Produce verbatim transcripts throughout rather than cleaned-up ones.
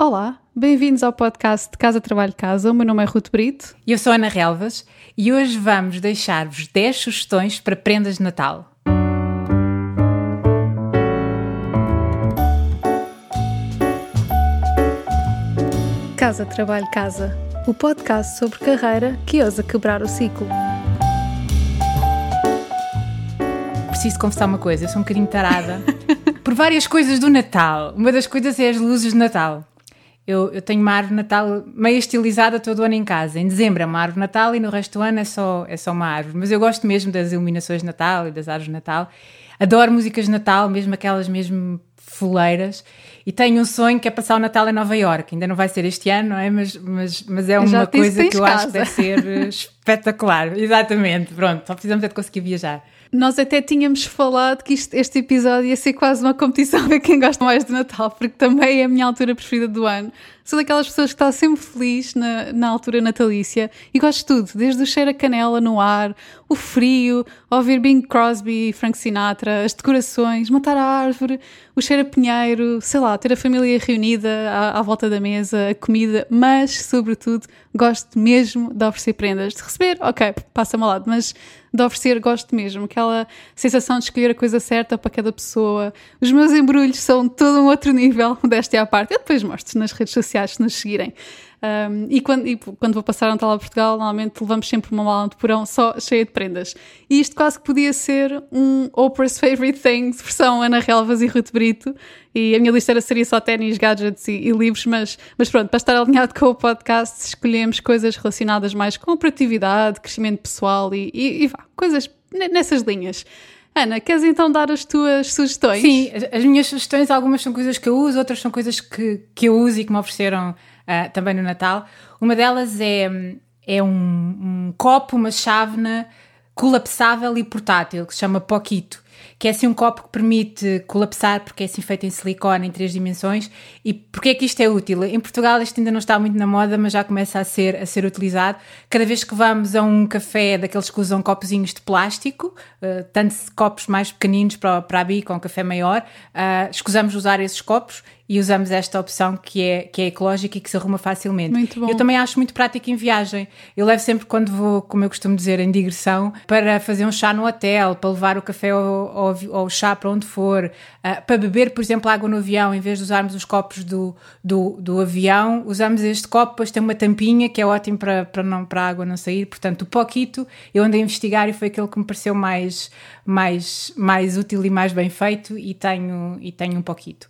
Olá, bem-vindos ao podcast de Casa Trabalho Casa. O meu nome é Ruth Brito. E eu sou Ana Relvas e hoje vamos deixar-vos dez sugestões para prendas de Natal. Casa Trabalho Casa, o podcast sobre carreira que ousa quebrar o ciclo. Preciso confessar uma coisa, eu sou um bocadinho tarada por várias coisas do Natal. Uma das coisas é as luzes de Natal. Eu, eu tenho uma árvore de Natal meio estilizada todo o ano em casa. Em dezembro é uma árvore de Natal e no resto do ano é só, é só uma árvore. Mas eu gosto mesmo das iluminações de Natal e das árvores de Natal. Adoro músicas de Natal, mesmo aquelas mesmo foleiras. E tenho um sonho que é passar o Natal em Nova Iorque. Ainda não vai ser este ano, não é? Mas, mas, mas é uma coisa que eu casa. acho que deve ser espetacular. Exatamente, pronto. Só precisamos é de conseguir viajar. Nós até tínhamos falado que isto, este episódio ia ser quase uma competição a quem gosta mais de Natal, porque também é a minha altura preferida do ano. Sou daquelas pessoas que está sempre feliz na, na altura natalícia e gosto de tudo, desde o cheiro a canela no ar, o frio, ouvir Bing Crosby e Frank Sinatra, as decorações, montar a árvore, o cheiro a pinheiro, sei lá, ter a família reunida à, à volta da mesa, a comida, mas, sobretudo, gosto mesmo de oferecer prendas. De receber, ok, passa-me ao lado, mas de oferecer gosto mesmo, aquela sensação de escolher a coisa certa para cada pessoa. Os meus embrulhos são todo um outro nível, desta é a parte. Eu depois mostro nas redes sociais se nos seguirem. Um, e, quando, e quando vou passar um Natal a Portugal, normalmente levamos sempre uma mala de porão só cheia de prendas. E isto quase que podia ser um Oprah's Favorite Things, versão Ana Relvas e Ruth Brito. E a minha lista era, seria só ténis, gadgets e, e livros, mas, mas pronto, para estar alinhado com o podcast, escolhemos coisas relacionadas mais com produtividade, crescimento pessoal e, e, e vá, coisas nessas linhas. Ana, queres então dar as tuas sugestões? Sim, as, as minhas sugestões, algumas são coisas que eu uso, outras são coisas que, que eu uso e que me ofereceram uh, também no Natal. Uma delas é, é um, um copo, uma chávena colapsável e portátil, que se chama Poquito, que é assim um copo que permite colapsar, porque é assim feito em silicone, em três dimensões. E porquê é que isto é útil? Em Portugal isto ainda não está muito na moda, mas já começa a ser, a ser utilizado. Cada vez que vamos a um café daqueles que usam copozinhos de plástico, uh, tanto copos mais pequeninos para, para a bica ou um café maior, uh, escusamos usar esses copos e usamos esta opção que é, que é ecológica e que se arruma facilmente. Muito bom. Eu também acho muito prático em viagem. Eu levo sempre quando vou, como eu costumo dizer, em digressão, para fazer um chá no hotel, para levar o café ou o chá para onde for, uh, para beber, por exemplo, água no avião, em vez de usarmos os copos do, do, do avião, usamos este copo, depois tem uma tampinha que é ótimo para, para, não, para a água não sair. Portanto, o Poquito, eu andei a investigar e foi aquele que me pareceu mais, mais, mais útil e mais bem feito e tenho, e tenho um Poquito.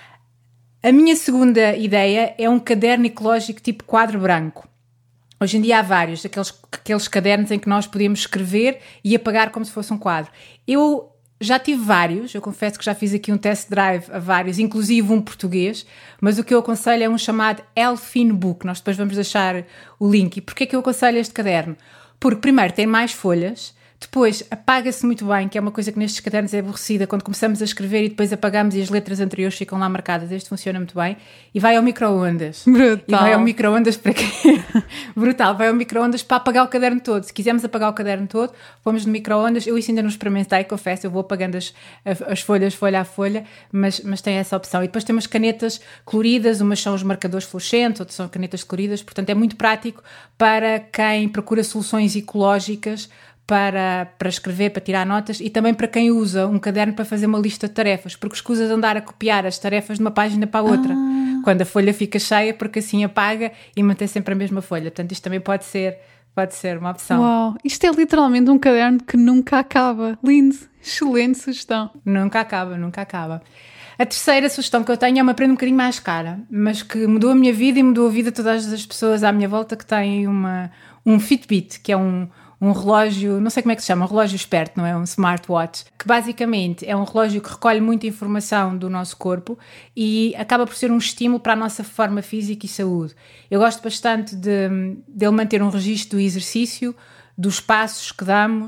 A minha segunda ideia é um caderno ecológico tipo quadro branco. Hoje em dia há vários, aqueles, aqueles cadernos em que nós podíamos escrever e apagar como se fosse um quadro. Eu já tive vários, eu confesso que já fiz aqui um test drive a vários, inclusive um português, mas o que eu aconselho é um chamado Elfin Book. Nós depois vamos deixar o link. E porquê é que eu aconselho este caderno? Porque primeiro tem mais folhas, depois apaga-se muito bem, que é uma coisa que nestes cadernos é aborrecida, quando começamos a escrever e depois apagamos e as letras anteriores ficam lá marcadas. Este funciona muito bem. E vai ao micro-ondas. Brutal. E vai ao micro-ondas para quê? Brutal. Vai ao micro-ondas para apagar o caderno todo. Se quisermos apagar o caderno todo, vamos no micro-ondas. Eu isso ainda não experimentei, confesso. Eu vou apagando as, as folhas, folha a folha, mas, mas tem essa opção. E depois temos canetas coloridas, umas são os marcadores fluorescentes, outras são canetas coloridas. Portanto, é muito prático para quem procura soluções ecológicas Para, para escrever, para tirar notas e também para quem usa um caderno para fazer uma lista de tarefas, porque escusa de andar a copiar as tarefas de uma página para a outra, ah. quando a folha fica cheia, porque assim apaga e mantém sempre a mesma folha. Portanto, isto também pode ser, pode ser uma opção. Uau, isto é literalmente um caderno que nunca acaba. Lindo, excelente sugestão. Nunca acaba, nunca acaba. A terceira sugestão que eu tenho é uma prenda um bocadinho mais cara, mas que mudou a minha vida e mudou a vida de todas as pessoas à minha volta que têm uma, um Fitbit, que é um um relógio, não sei como é que se chama, um relógio esperto, não é? Um smartwatch, que basicamente é um relógio que recolhe muita informação do nosso corpo e acaba por ser um estímulo para a nossa forma física e saúde. Eu gosto bastante de, de ele manter um registro do exercício, dos passos que damos,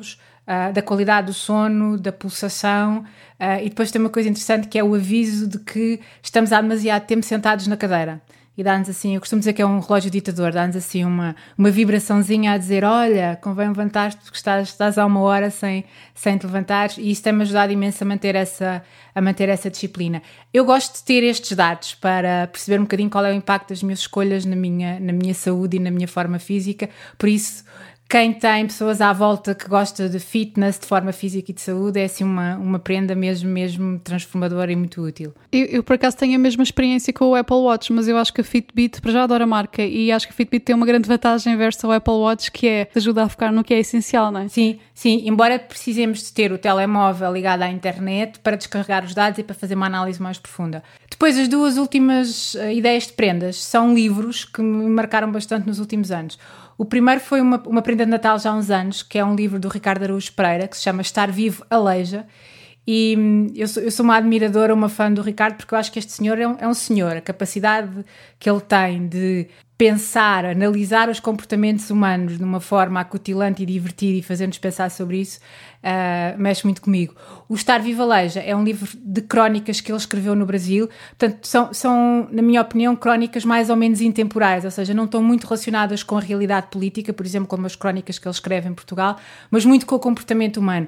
uh, da qualidade do sono, da pulsação, uh, e depois tem uma coisa interessante que é o aviso de que estamos há demasiado tempo sentados na cadeira. E dá-nos assim, eu costumo dizer que é um relógio ditador, dá-nos assim uma, uma vibraçãozinha a dizer, olha, convém levantar-te porque estás, estás há uma hora sem, sem te levantares, e isso tem-me ajudado imenso a manter, essa, a manter essa disciplina. Eu gosto de ter estes dados para perceber um bocadinho qual é o impacto das minhas escolhas na minha, na minha saúde e na minha forma física, por isso... Quem tem pessoas à volta que gosta de fitness, de forma física e de saúde, é assim uma, uma prenda mesmo, mesmo transformadora e muito útil. Eu, eu, por acaso, tenho a mesma experiência com o Apple Watch, mas eu acho que a Fitbit, para já adoro a marca, e acho que a Fitbit tem uma grande vantagem versus o Apple Watch, que é ajuda a focar no que é essencial, não é? Sim, sim, embora precisemos de ter o telemóvel ligado à internet para descarregar os dados e para fazer uma análise mais profunda. Depois, as duas últimas uh, ideias de prendas são livros que me marcaram bastante nos últimos anos. O primeiro foi uma, uma prenda de Natal já há uns anos, que é um livro do Ricardo Araújo Pereira, que se chama Estar Vivo Aleija, e hum, eu, sou, eu sou uma admiradora, uma fã do Ricardo, porque eu acho que este senhor é um, é um senhor, a capacidade que ele tem de pensar, analisar os comportamentos humanos de uma forma acutilante e divertida e fazer-nos pensar sobre isso, uh, mexe muito comigo. O Estar Vivo Aleija é um livro de crónicas que ele escreveu no Brasil, portanto são, são, na minha opinião, crónicas mais ou menos intemporais, ou seja, não estão muito relacionadas com a realidade política, por exemplo, como as crónicas que ele escreve em Portugal, mas muito com o comportamento humano.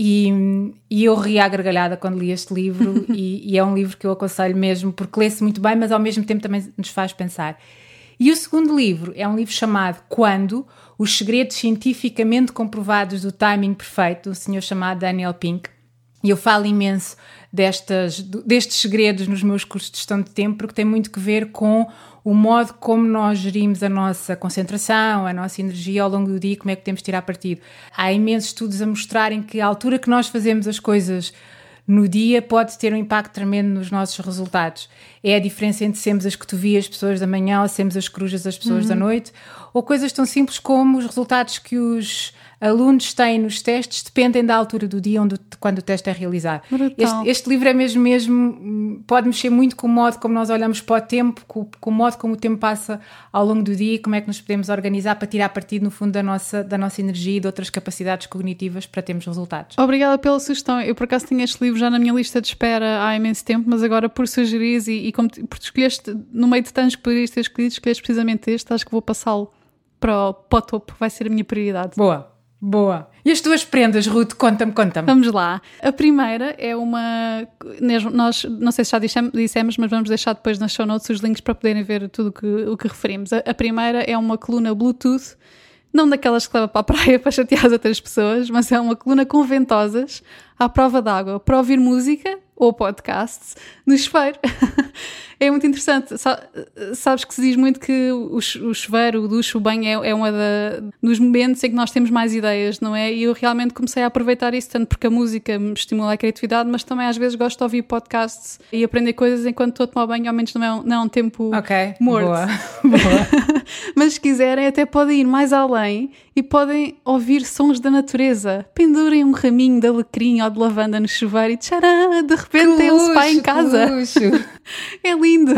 E, e eu ri à gargalhada quando li este livro e, e é um livro que eu aconselho mesmo, porque lê-se muito bem, mas ao mesmo tempo também nos faz pensar. E o segundo livro é um livro chamado Quando? Os segredos cientificamente comprovados do timing perfeito, de um senhor chamado Daniel Pink. E eu falo imenso destas, destes segredos nos meus cursos de gestão de tempo, porque tem muito que ver com o modo como nós gerimos a nossa concentração, a nossa energia ao longo do dia, como é que temos de tirar partido. Há imensos estudos a mostrarem que a altura que nós fazemos as coisas no dia pode ter um impacto tremendo nos nossos resultados. É a diferença entre sermos as cotovias as pessoas da manhã ou sermos as corujas as pessoas uhum. da noite, ou coisas tão simples como os resultados que os alunos têm nos testes dependem da altura do dia onde, quando o teste é realizado. Este, este livro é mesmo, mesmo, pode mexer muito com o modo como nós olhamos para o tempo, com, com o modo como o tempo passa ao longo do dia, como é que nos podemos organizar para tirar partido, no fundo, da nossa, da nossa energia e de outras capacidades cognitivas para termos resultados. Obrigada pela sugestão. Eu, por acaso, tinha este livro já na minha lista de espera há imenso tempo, mas agora, por sugerir e, e como por escolheste, no meio de tantos que poderias ter escolhido, escolheste precisamente este, acho que vou passá-lo para o, para o topo, vai ser a minha prioridade. Boa. Boa. E as tuas prendas, Ruth? Conta-me, conta-me. Vamos lá. A primeira é uma... Nós, não sei se já dissemos, mas vamos deixar depois nas show notes os links para poderem ver tudo que, o que referimos. A, a primeira é uma coluna Bluetooth, não daquelas que leva para a praia para chatear as outras pessoas, mas é uma coluna com ventosas à prova d'água, para ouvir música ou podcasts no chuveiro. É muito interessante. Sabes que se diz muito que o chuveiro, o duche, o banho é, é uma da, dos momentos em que nós temos mais ideias, não é? E eu realmente comecei a aproveitar isso, tanto porque a música me estimula a criatividade, mas também às vezes gosto de ouvir podcasts e aprender coisas enquanto estou a tomar banho, ao menos não é um, não é um tempo okay, morto. Boa, boa. Mas se quiserem até podem ir mais além e podem ouvir sons da natureza. Pendurem um raminho de alecrim ou de lavanda no chuveiro e tcharam, de repente tem um spa em casa. É lindo.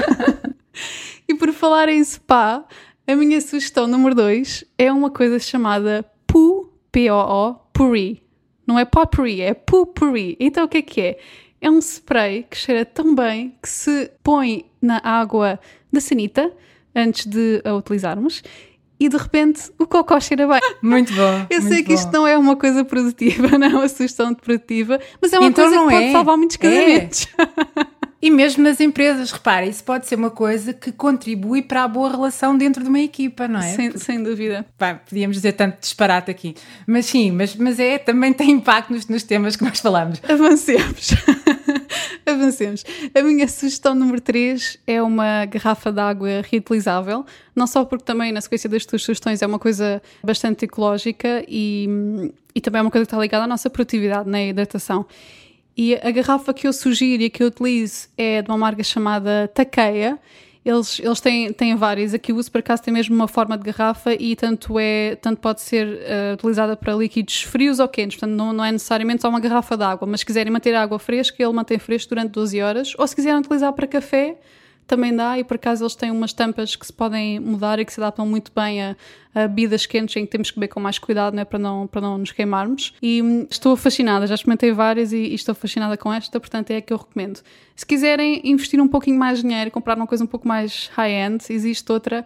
E por falar em spa, a minha sugestão número dois é uma coisa chamada Poo, P O O, Puri. Não é potpourri, é Poo-Pourri. Então o que é que é? É um spray que cheira tão bem que se põe na água da sanita antes de a utilizarmos e de repente o cocó cheira bem. Muito bom. Eu muito sei que bom. isto não é uma coisa produtiva, não é uma sugestão produtiva, mas é uma então coisa que pode é. salvar muitos casamentos. É. E mesmo nas empresas, reparem, isso pode ser uma coisa que contribui para a boa relação dentro de uma equipa, não é? Sem, sem dúvida. Pá, podíamos dizer tanto disparate aqui. Mas sim, mas, mas é, também tem impacto nos, nos temas que nós falamos. Avancemos. Avancemos. A minha sugestão número três é uma garrafa de água reutilizável, não só porque também, na sequência das tuas sugestões, é uma coisa bastante ecológica e, e também é uma coisa que está ligada à nossa produtividade, na hidratação. E a garrafa que eu sugiro e que eu utilizo é de uma marca chamada Takeia. Eles, eles têm, têm várias. Aqui o uso, por acaso, tem mesmo uma forma de garrafa e tanto, é, tanto pode ser uh, utilizada para líquidos frios ou quentes. Portanto, não, não é necessariamente só uma garrafa de água, mas se quiserem manter a água fresca, ele mantém fresco durante doze horas. Ou se quiserem utilizar para café, também dá, e por acaso eles têm umas tampas que se podem mudar e que se adaptam muito bem a, a bebidas quentes em que temos que beber com mais cuidado, né, para, não, para não nos queimarmos. E hum, estou fascinada, já experimentei várias e, e estou fascinada com esta, portanto é a que eu recomendo. Se quiserem investir um pouquinho mais dinheiro e comprar uma coisa um pouco mais high-end, existe outra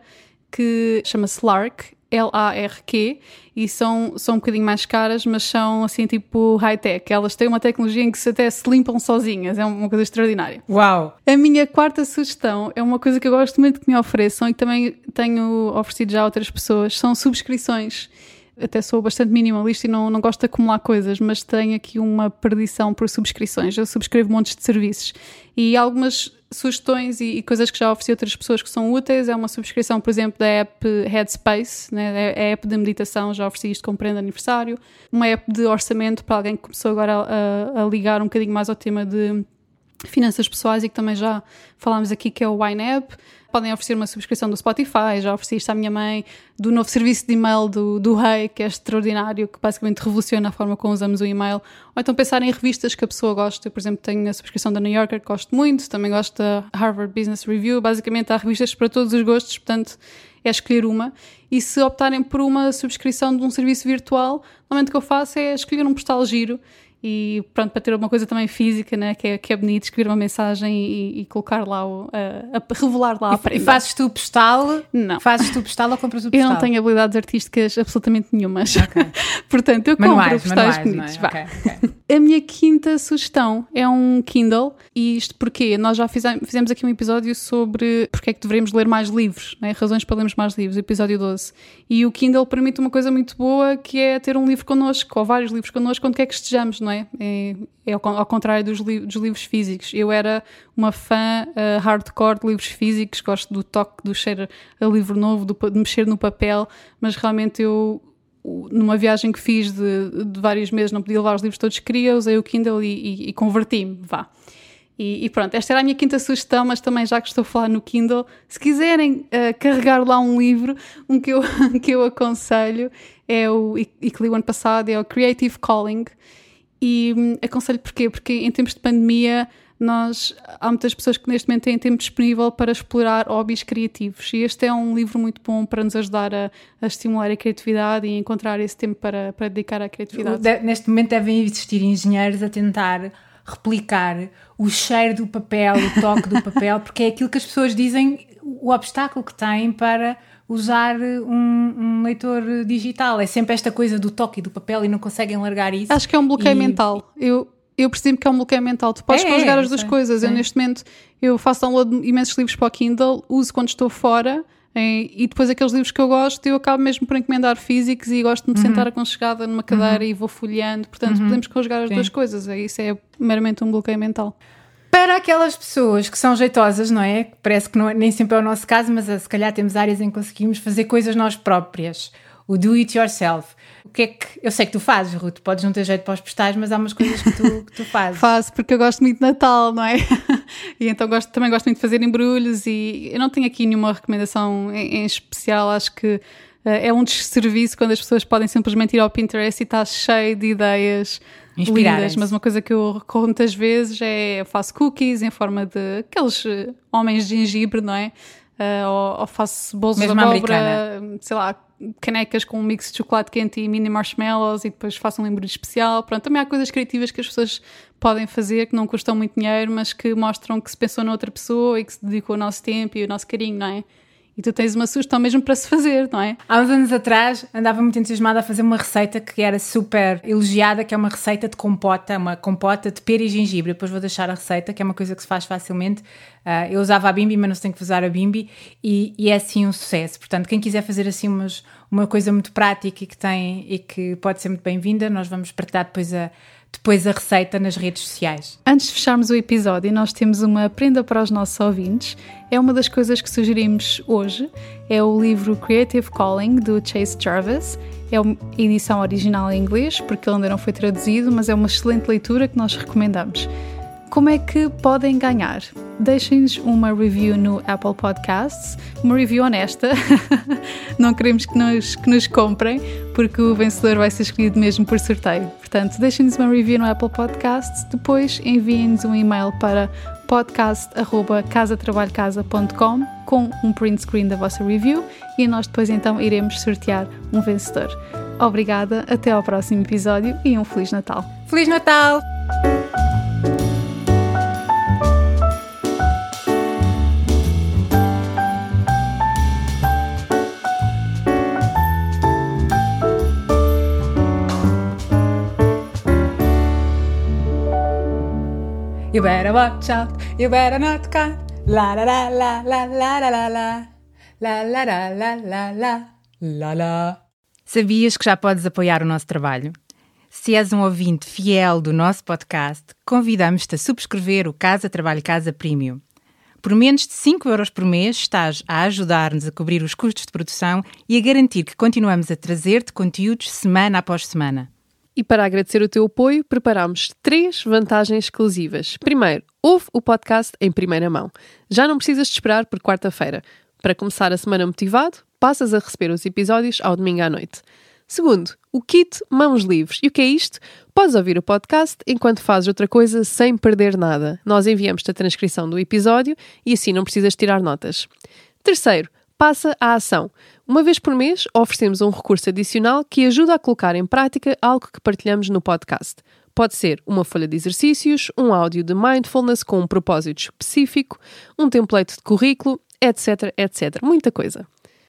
que chama-se Lark, L A R Q, e são, são um bocadinho mais caras, mas são assim tipo high-tech. Elas têm uma tecnologia em que se até se limpam sozinhas, é uma coisa extraordinária. Uau! A minha quarta sugestão é uma coisa que eu gosto muito que me ofereçam e que também tenho oferecido já a outras pessoas, são subscrições. Até sou bastante minimalista e não, não gosto de acumular coisas, mas tenho aqui uma perdição por subscrições. Eu subscrevo montes de serviços e algumas sugestões e, e coisas que já ofereci a outras pessoas que são úteis. É uma subscrição, por exemplo, da app Headspace, né? É a app de meditação, já ofereci isto como prenda de aniversário. Uma app de orçamento para alguém que começou agora a, a, a ligar um bocadinho mais ao tema de finanças pessoais e que também já falámos aqui, que é o YNAB. Podem oferecer uma subscrição do Spotify, já ofereci isto à minha mãe, do novo serviço de e-mail do, do Hey, que é extraordinário, que basicamente revoluciona a forma como usamos o e-mail. Ou então pensar em revistas que a pessoa gosta. Eu, por exemplo, tenho a subscrição da New Yorker, que gosto muito, também gosto da Harvard Business Review. Basicamente há revistas para todos os gostos, portanto é escolher uma. E se optarem por uma subscrição de um serviço virtual, normalmente o que eu faço é escolher um postal giro. E pronto, para ter uma coisa também física, né, que, é, que é bonito, escrever uma mensagem e, e colocar lá, o, a, a revelar lá a prenda. E fazes tu postal? Não. Fazes tu postal ou compras o postal? Eu não tenho habilidades artísticas absolutamente nenhumas. Okay. Portanto, eu manuais, compro postais manuais, bonitos. Não é? Vá. Okay, okay. A minha quinta sugestão é um Kindle. E isto porque nós já fizemos, fizemos aqui um episódio sobre porque é que devemos ler mais livros, né? Razões para lermos mais livros, episódio doze. E o Kindle permite uma coisa muito boa, que é ter um livro connosco, ou vários livros connosco, onde quer que estejamos, não é? É, é ao, ao contrário dos, li- dos livros físicos. Eu era uma fã uh, hardcore de livros físicos, gosto do toque, do cheiro a livro novo, do, de mexer no papel, mas realmente eu, numa viagem que fiz de, de vários meses, não podia levar os livros todos que queria, usei o Kindle e, e, e converti-me, vá. E, e pronto, esta era a minha quinta sugestão, mas também já que estou a falar no Kindle, se quiserem uh, carregar lá um livro, um que eu, que eu aconselho é o, e, e que li o ano passado, é o Creative Calling. E hum, aconselho porquê? Porque em tempos de pandemia nós, há muitas pessoas que neste momento têm tempo disponível para explorar hobbies criativos, e este é um livro muito bom para nos ajudar a, a estimular a criatividade e encontrar esse tempo para, para dedicar à criatividade. De, neste momento devem existir engenheiros a tentar replicar o cheiro do papel, o toque do papel, porque é aquilo que as pessoas dizem, o obstáculo que têm para usar um, um leitor digital. É sempre esta coisa do toque e do papel e não conseguem largar isso. Acho que é um bloqueio e... mental. Eu, eu percebo que é um bloqueio mental. Tu podes é, conjugar é, as duas sei, coisas. sei. Eu neste momento eu faço download de imensos livros para o Kindle, uso quando estou fora, e depois aqueles livros que eu gosto eu acabo mesmo por encomendar físicos e gosto de me uhum. sentar aconchegada numa cadeira uhum. e vou folheando. Portanto, uhum. podemos conjugar as Sim. duas coisas. Isso é meramente um bloqueio mental. Para aquelas pessoas que são jeitosas, não é? Parece que não, nem sempre é o nosso caso, mas se calhar temos áreas em que conseguimos fazer coisas nós próprias. O do it yourself. O que é que... Eu sei que tu fazes, Ruth, podes não ter jeito para os postais, mas há umas coisas que tu, que tu fazes. Faço, porque eu gosto muito de Natal, não é? E então gosto, também gosto muito de fazer embrulhos, e eu não tenho aqui nenhuma recomendação em, em especial. Acho que uh, é um desserviço quando as pessoas podem simplesmente ir ao Pinterest e está cheio de ideias lindas, mas uma coisa que eu recorro muitas vezes é eu faço cookies em forma de aqueles uh, homens de gengibre, não é? Uh, ou, ou faço bolos de abóbora, sei lá, canecas com um mix de chocolate quente e mini marshmallows, e depois faço um embrulho especial. Pronto, também há coisas criativas que as pessoas podem fazer que não custam muito dinheiro, mas que mostram que se pensou noutra pessoa e que se dedicou o nosso tempo e o nosso carinho, não é? E tu tens uma sugestão mesmo para se fazer, não é? Há uns anos atrás andava muito entusiasmada a fazer uma receita que era super elogiada, que é uma receita de compota, uma compota de pera e gengibre. Depois vou deixar a receita, que é uma coisa que se faz facilmente. Uh, eu usava a Bimby, mas não se tem que usar a Bimby, e, e é assim um sucesso. Portanto, quem quiser fazer assim umas, uma coisa muito prática e que, tem, e que pode ser muito bem-vinda, nós vamos partilhar depois a... depois a receita nas redes sociais. Antes de fecharmos o episódio, nós temos uma prenda para os nossos ouvintes. É uma das coisas que sugerimos hoje. É o livro Creative Calling, do Chase Jarvis. É uma edição original em inglês, porque ele ainda não foi traduzido, mas é uma excelente leitura que nós recomendamos. Como é que podem ganhar? Deixem-nos uma review no Apple Podcasts, uma review honesta. Não queremos que nos, que nos comprem, porque o vencedor vai ser escolhido mesmo por sorteio. Portanto, deixem-nos uma review no Apple Podcasts, depois enviem-nos um e-mail para podcast arroba casa trabalho casa ponto com com um print screen da vossa review e nós depois então iremos sortear um vencedor. Obrigada, até ao próximo episódio e um Feliz Natal. Feliz Natal! You better watch out, you better not cut. La la la la la la la la la. La la la la la la la la. Sabias que já podes apoiar o nosso trabalho? Se és um ouvinte fiel do nosso podcast, convidamos-te a subscrever o Casa Trabalho Casa Premium. Por menos de cinco euros por mês estás a ajudar-nos a cobrir os custos de produção e a garantir que continuamos a trazer-te conteúdos semana após semana. E para agradecer o teu apoio, preparamos três vantagens exclusivas. Primeiro, ouve o podcast em primeira mão. Já não precisas de esperar por quarta-feira. Para começar a semana motivado, passas a receber os episódios ao domingo à noite. Segundo, o kit Mãos Livres. E o que é isto? Podes ouvir o podcast enquanto fazes outra coisa sem perder nada. Nós enviamos-te a transcrição do episódio e assim não precisas tirar notas. Terceiro, passa à ação. Uma vez por mês, oferecemos um recurso adicional que ajuda a colocar em prática algo que partilhamos no podcast. Pode ser uma folha de exercícios, um áudio de mindfulness com um propósito específico, um template de currículo, etc, etcétera. Muita coisa.